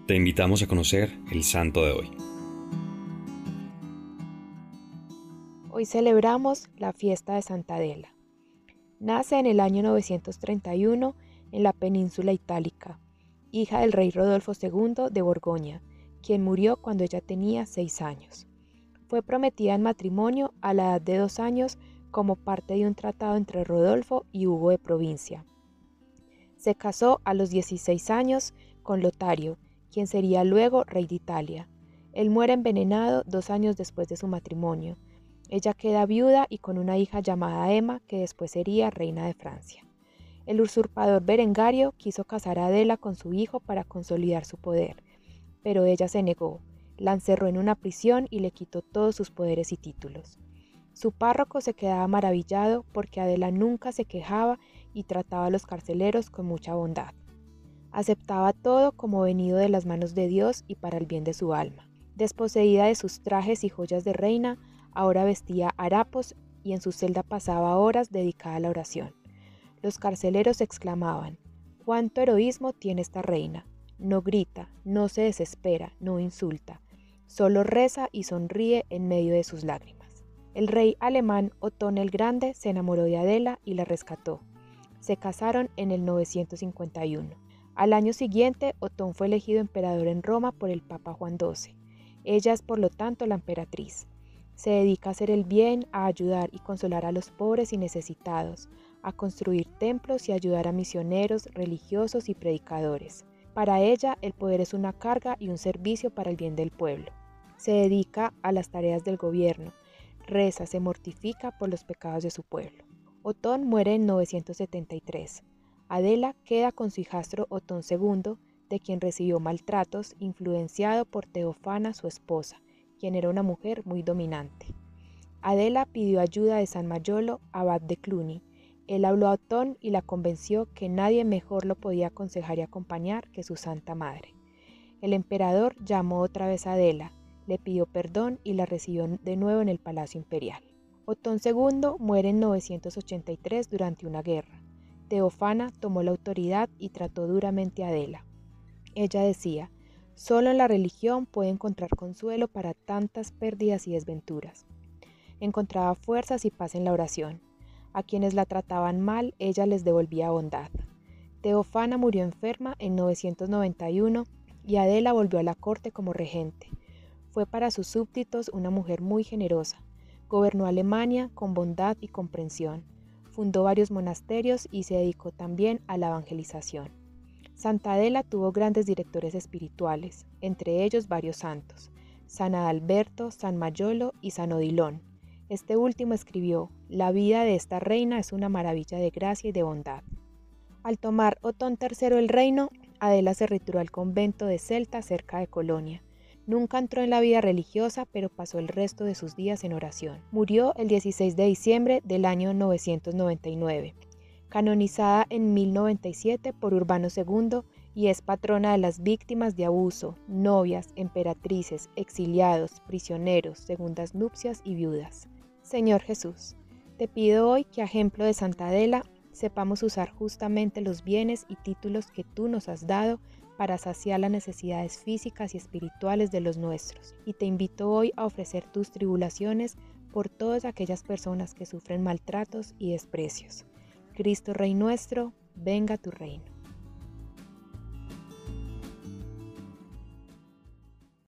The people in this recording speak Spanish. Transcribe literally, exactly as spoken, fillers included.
Te invitamos a conocer el santo de hoy. Hoy celebramos la fiesta de Santa Adela. Nace en el año novecientos treinta y uno en la península itálica, hija del rey Rodolfo segundo de Borgoña, quien murió cuando ella tenía seis años. Fue prometida en matrimonio a la edad de dos años como parte de un tratado entre Rodolfo y Hugo de Provincia. Se casó a los dieciséis años con Lotario, quien sería luego rey de Italia. Él muere envenenado dos años después de su matrimonio. Ella queda viuda y con una hija llamada Emma, que después sería reina de Francia. El usurpador Berengario quiso casar a Adela con su hijo para consolidar su poder, pero ella se negó, la encerró en una prisión y le quitó todos sus poderes y títulos. Su párroco se quedaba maravillado porque Adela nunca se quejaba y trataba a los carceleros con mucha bondad. Aceptaba todo como venido de las manos de Dios y para el bien de su alma. Desposeída de sus trajes y joyas de reina, ahora vestía harapos y en su celda pasaba horas dedicada a la oración. Los carceleros exclamaban: «¿Cuánto heroísmo tiene esta reina? No grita, no se desespera, no insulta, solo reza y sonríe en medio de sus lágrimas». El rey alemán Otón el Grande se enamoró de Adela y la rescató. Se casaron en el novecientos cincuenta y uno. Al año siguiente, Otón fue elegido emperador en Roma por el Papa Juan doce. Ella es por lo tanto la emperatriz. Se dedica a hacer el bien, a ayudar y consolar a los pobres y necesitados, a construir templos y ayudar a misioneros, religiosos y predicadores. Para ella, el poder es una carga y un servicio para el bien del pueblo. Se dedica a las tareas del gobierno, reza, se mortifica por los pecados de su pueblo. Otón muere en novecientos setenta y tres. Adela queda con su hijastro Otón segundo, de quien recibió maltratos, influenciado por Teofana, su esposa, quien era una mujer muy dominante. Adela pidió ayuda de San Mayolo, abad de Cluny. Él habló a Otón y la convenció que nadie mejor lo podía aconsejar y acompañar que su Santa Madre. El emperador llamó otra vez a Adela, le pidió perdón y la recibió de nuevo en el Palacio Imperial. Otón segundo muere en novecientos ochenta y tres durante una guerra. Teofana tomó la autoridad y trató duramente a Adela. Ella decía: «Solo en la religión puede encontrar consuelo para tantas pérdidas y desventuras». Encontraba fuerzas y paz en la oración. A quienes la trataban mal, ella les devolvía bondad. Teofana murió enferma en novecientos noventa y uno y Adela volvió a la corte como regente. Fue para sus súbditos una mujer muy generosa. Gobernó Alemania con bondad y comprensión. Fundó varios monasterios y se dedicó también a la evangelización. Santa Adela tuvo grandes directores espirituales, entre ellos varios santos: San Adalberto, San Mayolo y San Odilon. Este último escribió: «La vida de esta reina es una maravilla de gracia y de bondad». Al tomar Otón tercero el reino, Adela se retiró al convento de Celta cerca de Colonia. Nunca entró en la vida religiosa, pero pasó el resto de sus días en oración. Murió el dieciséis de diciembre del año novecientos noventa y nueve. Canonizada en mil noventa y siete por Urbano segundo, y es patrona de las víctimas de abuso, novias, emperatrices, exiliados, prisioneros, segundas nupcias y viudas. Señor Jesús, te pido hoy que, a ejemplo de Santa Adela, sepamos usar justamente los bienes y títulos que tú nos has dado para saciar las necesidades físicas y espirituales de los nuestros. Y te invito hoy a ofrecer tus tribulaciones por todas aquellas personas que sufren maltratos y desprecios. Cristo Rey nuestro, venga tu reino.